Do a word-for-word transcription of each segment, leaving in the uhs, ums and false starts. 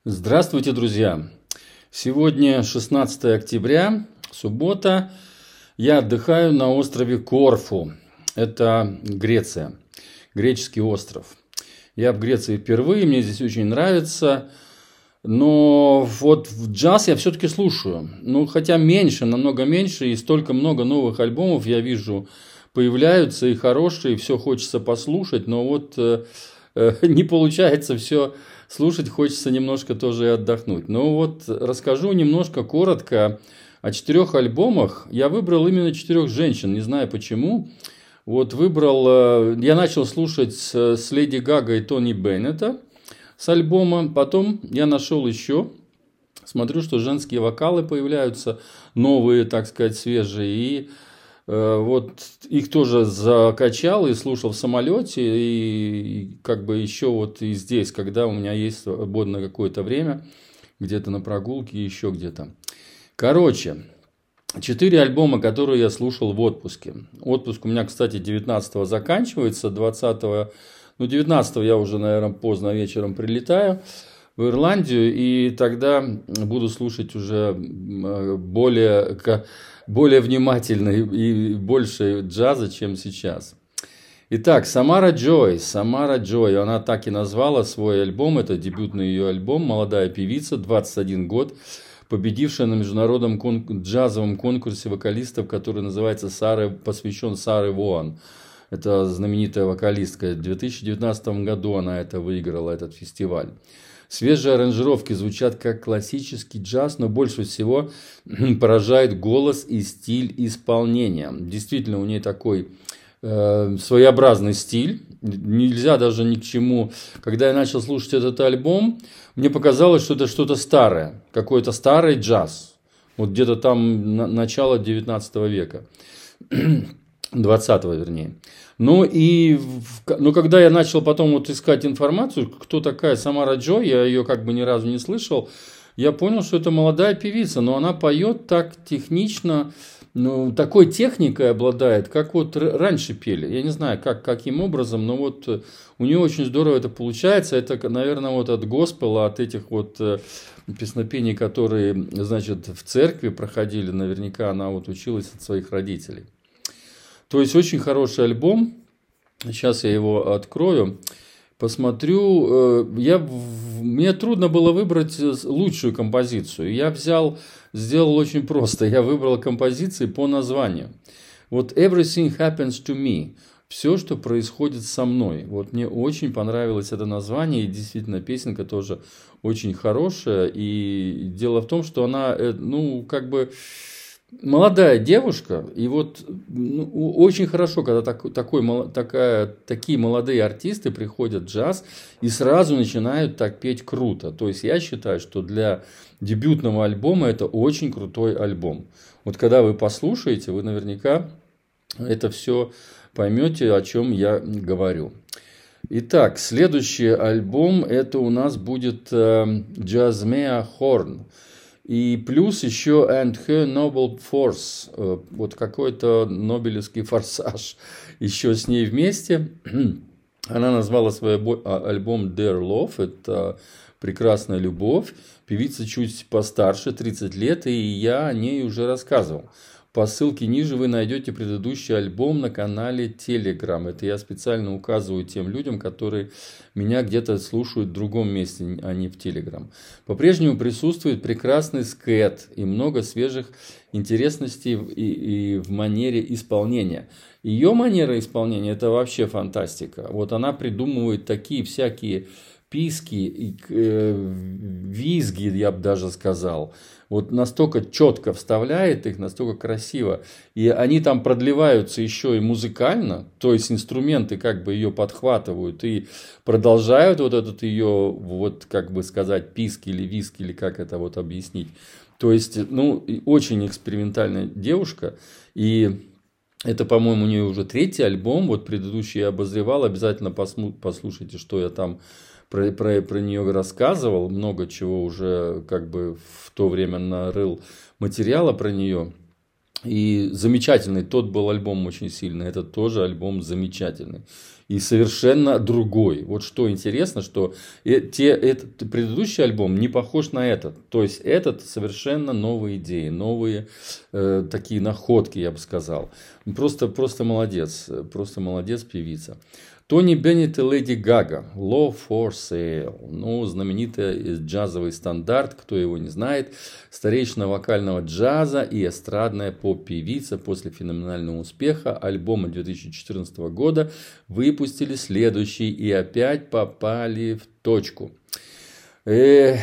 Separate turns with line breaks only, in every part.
Здравствуйте, друзья! Сегодня шестнадцатое октября, суббота. Я отдыхаю на острове Корфу. Это Греция, греческий остров. Я в Греции впервые, мне здесь очень нравится. Но вот в джаз я все-таки слушаю. Ну, хотя меньше, намного меньше. И столько много новых альбомов я вижу появляются, и хорошие, и все хочется послушать. Но вот э, э, не получается все слушать, хочется немножко тоже и отдохнуть. Но вот расскажу немножко коротко о четырех альбомах. Я выбрал именно четырех женщин, не знаю почему. Вот выбрал, я начал слушать с Леди Гага и Тони Беннета с альбома. Потом я нашел еще, смотрю, что женские вокалы появляются, новые, так сказать, свежие. И э, вот их тоже закачал и слушал в самолете. И, и как бы еще вот и здесь, когда у меня есть свободное какое-то время, где-то на прогулке, еще где-то. Короче, четыре альбома, которые я слушал в отпуске. Отпуск у меня, кстати, девятнадцатого заканчивается, двадцатого... Ну, девятнадцатого я уже, наверное, поздно вечером прилетаю в Ирландию, и тогда буду слушать уже более, более внимательно и больше джаза, чем сейчас. Итак, Самара Джой. Самара Джой, она так и назвала свой альбом, это дебютный ее альбом, молодая певица, двадцать один год, победившая на международном кон- джазовом конкурсе вокалистов, который называется Сара, посвящен Саре Воан. Это знаменитая вокалистка. В две тысячи девятнадцатом году она это выиграла, этот фестиваль. Свежие аранжировки звучат как классический джаз, но больше всего поражает голос и стиль исполнения. Действительно, у нее такой э, своеобразный стиль. Нельзя даже ни к чему. Когда я начал слушать этот альбом, мне показалось, что это что-то старое. Какой-то старый джаз. Вот где-то там на, начало девятнадцатого века. двадцатого, вернее. Ну и ну, когда я начал потом вот искать информацию, кто такая Самара Джой, я ее как бы ни разу не слышал, я понял, что это молодая певица, но она поет так технично, ну, такой техникой обладает, как вот раньше пели. Я не знаю, как, каким образом, но вот у нее очень здорово это получается. Это, наверное, вот от госпела, от этих вот песнопений, которые, значит, в церкви проходили, наверняка она вот училась от своих родителей. То есть, очень хороший альбом. Сейчас я его открою, посмотрю. Я, мне трудно было выбрать лучшую композицию. Я взял, сделал очень просто. Я выбрал композиции по названию. Вот Everything Happens to Me. Все, что происходит со мной. Вот мне очень понравилось это название. И действительно, песенка тоже очень хорошая. И дело в том, что она, ну, как бы... молодая девушка, и вот ну, очень хорошо, когда так, такой, такая, такие молодые артисты приходят в джаз и сразу начинают так петь круто. То есть я считаю, что для дебютного альбома это очень крутой альбом. Вот когда вы послушаете, вы наверняка это все поймете, о чем я говорю. Итак, следующий альбом, это у нас будет э, Jasmine Horn. И плюс еще And Her Noble Force, вот какой-то нобелевский форсаж еще с ней вместе. Она назвала свой альбом Dear Love, это прекрасная любовь. Певица чуть постарше, тридцать лет, и я о ней уже рассказывал. По ссылке ниже вы найдете предыдущий альбом на канале Telegram. Это я специально указываю тем людям, которые меня где-то слушают в другом месте, а не в Telegram. По-прежнему присутствует прекрасный скет и много свежих интересностей и, и в манере исполнения. Ее манера исполнения – это вообще фантастика. Вот она придумывает такие всякие писки, э, визги, я бы даже сказал. Вот настолько четко вставляет их, настолько красиво. И они там продлеваются еще и музыкально. То есть инструменты как бы ее подхватывают и продолжают вот этот ее, вот как бы сказать, писк или виск, или как это вот объяснить. То есть, ну, очень экспериментальная девушка. И это, по-моему, у нее уже третий альбом. Вот предыдущий я обозревал. Обязательно послушайте, что я там Про, про, про нее рассказывал, много чего уже как бы в то время нарыл материала про нее. И замечательный, тот был альбом очень сильный, этот тоже альбом замечательный. И совершенно другой. Вот что интересно, что э, те, этот предыдущий альбом не похож на этот. То есть этот совершенно новые идеи, новые э, такие находки, я бы сказал. Просто, просто молодец, просто молодец певица. Тони Беннет и Леди Гага, Love for Sale. Ну, знаменитый джазовый стандарт, кто его не знает. Старейшина вокального джаза и эстрадная поп-певица после феноменального успеха альбома две тысячи четырнадцатого года выпустили следующий и опять попали в точку. Эх,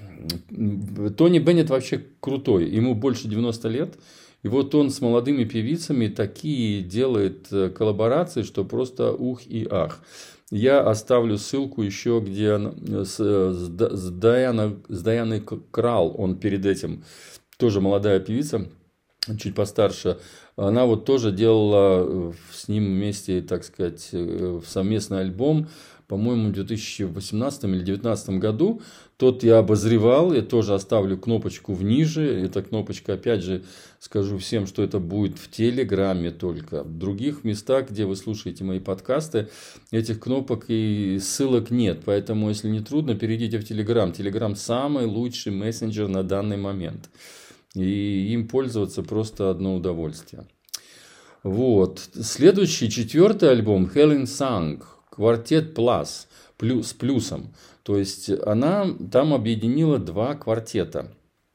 Тони Беннет вообще крутой, ему больше девяноста лет. И вот он с молодыми певицами такие делает коллаборации, что просто ух и ах. Я оставлю ссылку еще, где с, с, Дайана, с Дайаной Крал, он перед этим, тоже молодая певица, чуть постарше, она вот тоже делала с ним вместе, так сказать, совместный альбом, по-моему, в две тысячи восемнадцатом или две тысячи девятнадцатом году. Тот я обозревал, я тоже оставлю кнопочку вниже. Эта кнопочка, опять же, скажу всем, что это будет в Телеграме только. В других местах, где вы слушаете мои подкасты, этих кнопок и ссылок нет. Поэтому, если не трудно, перейдите в Телеграм. Телеграм самый лучший мессенджер на данный момент. И им пользоваться просто одно удовольствие. Вот. Следующий, четвертый альбом Helen Sung. Квартет Plus, плюс, с плюсом. То есть она там объединила два квартета.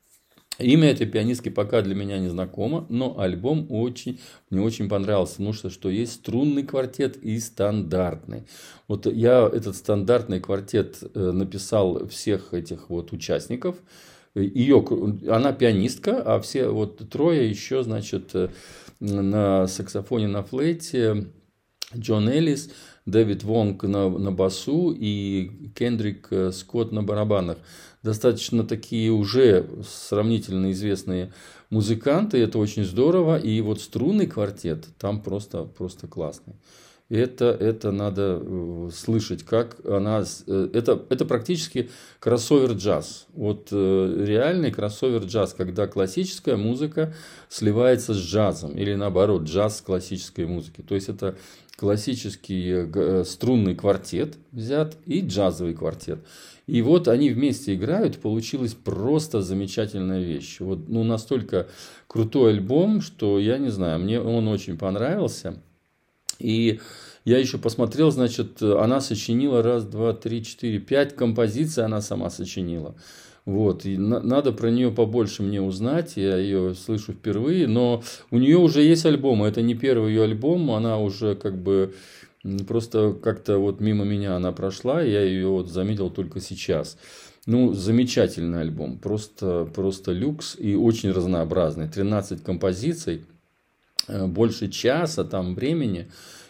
Имя этой пианистки пока для меня не знакомо, но альбом очень, мне очень понравился, потому что, что есть струнный квартет и стандартный. Вот я этот стандартный квартет написал всех этих вот участников. Ее, она пианистка, а все вот трое еще, значит, на саксофоне, на флейте Джон Эллис, Дэвид Вонг на, на басу и Кендрик Скотт на барабанах. Достаточно такие уже сравнительно известные музыканты. Это очень здорово. И вот струнный квартет там просто, просто классный. Это, это надо слышать, как она... Это, это практически кроссовер-джаз. Вот реальный кроссовер-джаз, когда классическая музыка сливается с джазом. Или наоборот, джаз с классической музыкой. То есть это классический струнный квартет взят и джазовый квартет. И вот они вместе играют, получилась просто замечательная вещь. Вот, ну, настолько крутой альбом, что я не знаю, мне он очень понравился. И я еще посмотрел, значит, она сочинила раз, два, три, четыре, пять композиций она сама сочинила. Вот, и на, надо про нее побольше мне узнать, я ее слышу впервые, но у нее уже есть альбом, это не первый ее альбом, она уже как бы просто как-то вот мимо меня она прошла, я ее вот заметил только сейчас. Ну, замечательный альбом, просто, просто люкс и очень разнообразный, тринадцать композиций, больше часа там времени.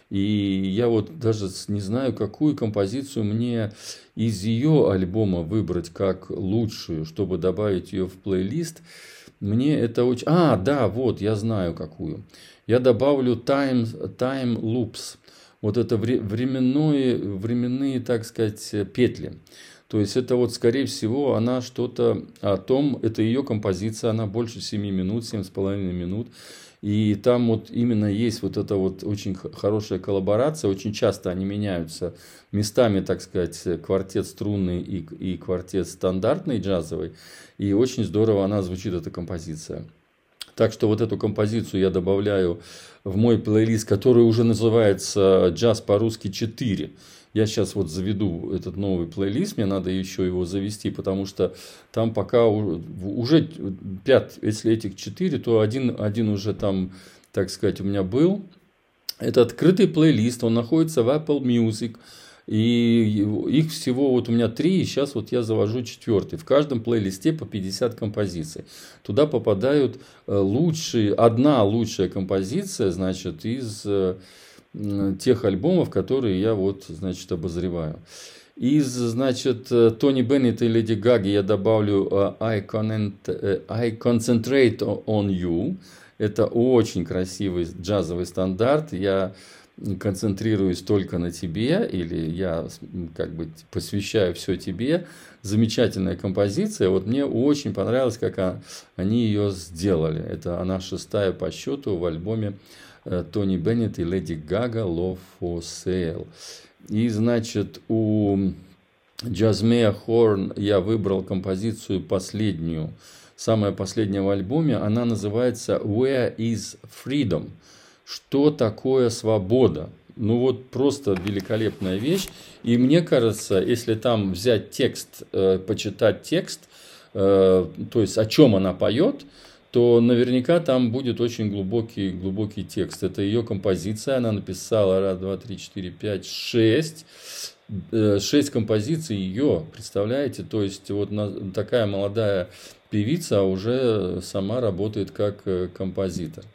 И я вот даже не знаю, какую композицию мне из ее альбома выбрать как лучшую, чтобы добавить ее в плейлист. Мне это очень... А, да, вот, я знаю какую. Я добавлю Time, time Loops. Вот это временные, временные, так сказать, петли. То есть это вот, скорее всего, она что-то о том, это ее композиция, она больше семи минут, семь с половиной минут. И там вот именно есть вот эта вот очень хорошая коллаборация. Очень часто они меняются местами, так сказать, квартет струнный и, и квартет стандартный джазовый. И очень здорово она звучит, эта композиция. Так что вот эту композицию я добавляю в мой плейлист, который уже называется «Джаз по-русски четыре». Я сейчас вот заведу этот новый плейлист, мне надо еще его завести, потому что там пока уже пять, если этих четыре, то один, один уже там, так сказать, у меня был. Это открытый плейлист, он находится в Apple Music. И их всего вот у меня три, и сейчас вот я завожу четвертый. В каждом плейлисте по пятьдесят композиций. Туда попадают лучшие, одна лучшая композиция, значит, из... тех альбомов, которые я вот, значит, обозреваю. Из, значит, Тони Беннета и Леди Гаги я добавлю I Concentrate on You. Это очень красивый джазовый стандарт. Я концентрируюсь только на тебе, или я как бы посвящаю все тебе. Замечательная композиция. Вот мне очень понравилось, как они ее сделали. Это она шестая по счету в альбоме Тони Беннет и Леди Гага «Love for Sale». И, значит, у Джазмея Хорн я выбрал композицию последнюю, самая последняя в альбоме. Она называется «Where is Freedom?» Что такое свобода? Ну вот просто великолепная вещь. И мне кажется, если там взять текст, э, почитать текст, э, то есть о чем она поет, то наверняка там будет очень глубокий, глубокий текст. Это ее композиция. Она написала раз, два, три, четыре, пять, шесть. Шесть композиций ее, представляете? То есть вот такая молодая певица уже сама работает как композитор.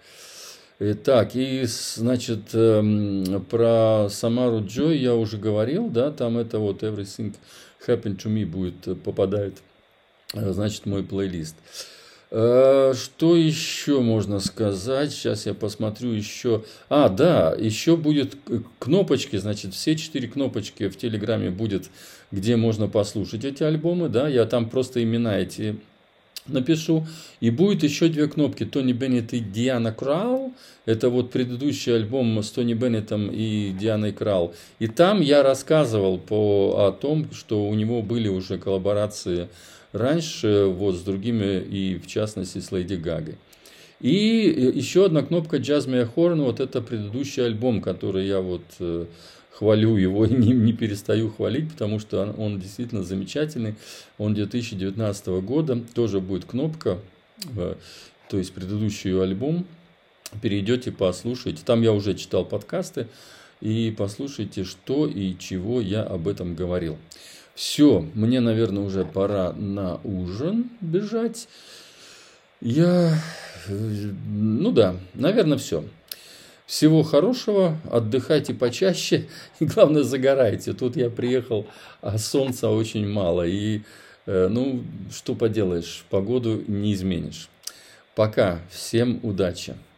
Так, и, значит, про Самару Джой я уже говорил, да, там это вот Everything Happened to Me будет, попадает, значит, мой плейлист. Что еще можно сказать? Сейчас я посмотрю еще. А, да, еще будет кнопочки, значит, все четыре кнопочки в Телеграме будет, где можно послушать эти альбомы, да, я там просто имена эти напишу. И будет еще две кнопки: Тони Беннет и Диана Крал. Это вот предыдущий альбом с Тони Беннетом и Дианой Крал. И там я рассказывал по, о том, что у него были уже коллаборации раньше вот с другими, и в частности с Леди Гагой. И еще одна кнопка Джазмея Хорна. Вот это предыдущий альбом, который я вот хвалю его и не, не перестаю хвалить, потому что он, он действительно замечательный. Он две тысячи девятнадцатого года. Тоже будет кнопка, то есть предыдущий ее альбом. Перейдете, послушайте. Там я уже читал подкасты. И послушайте, что и чего я об этом говорил. Все, мне, наверное, уже пора на ужин бежать. Я, ну да, наверное, все. Всего хорошего, отдыхайте почаще и, главное, загорайте. Тут я приехал, а солнца очень мало. И, ну, что поделаешь, погоду не изменишь. Пока, всем удачи.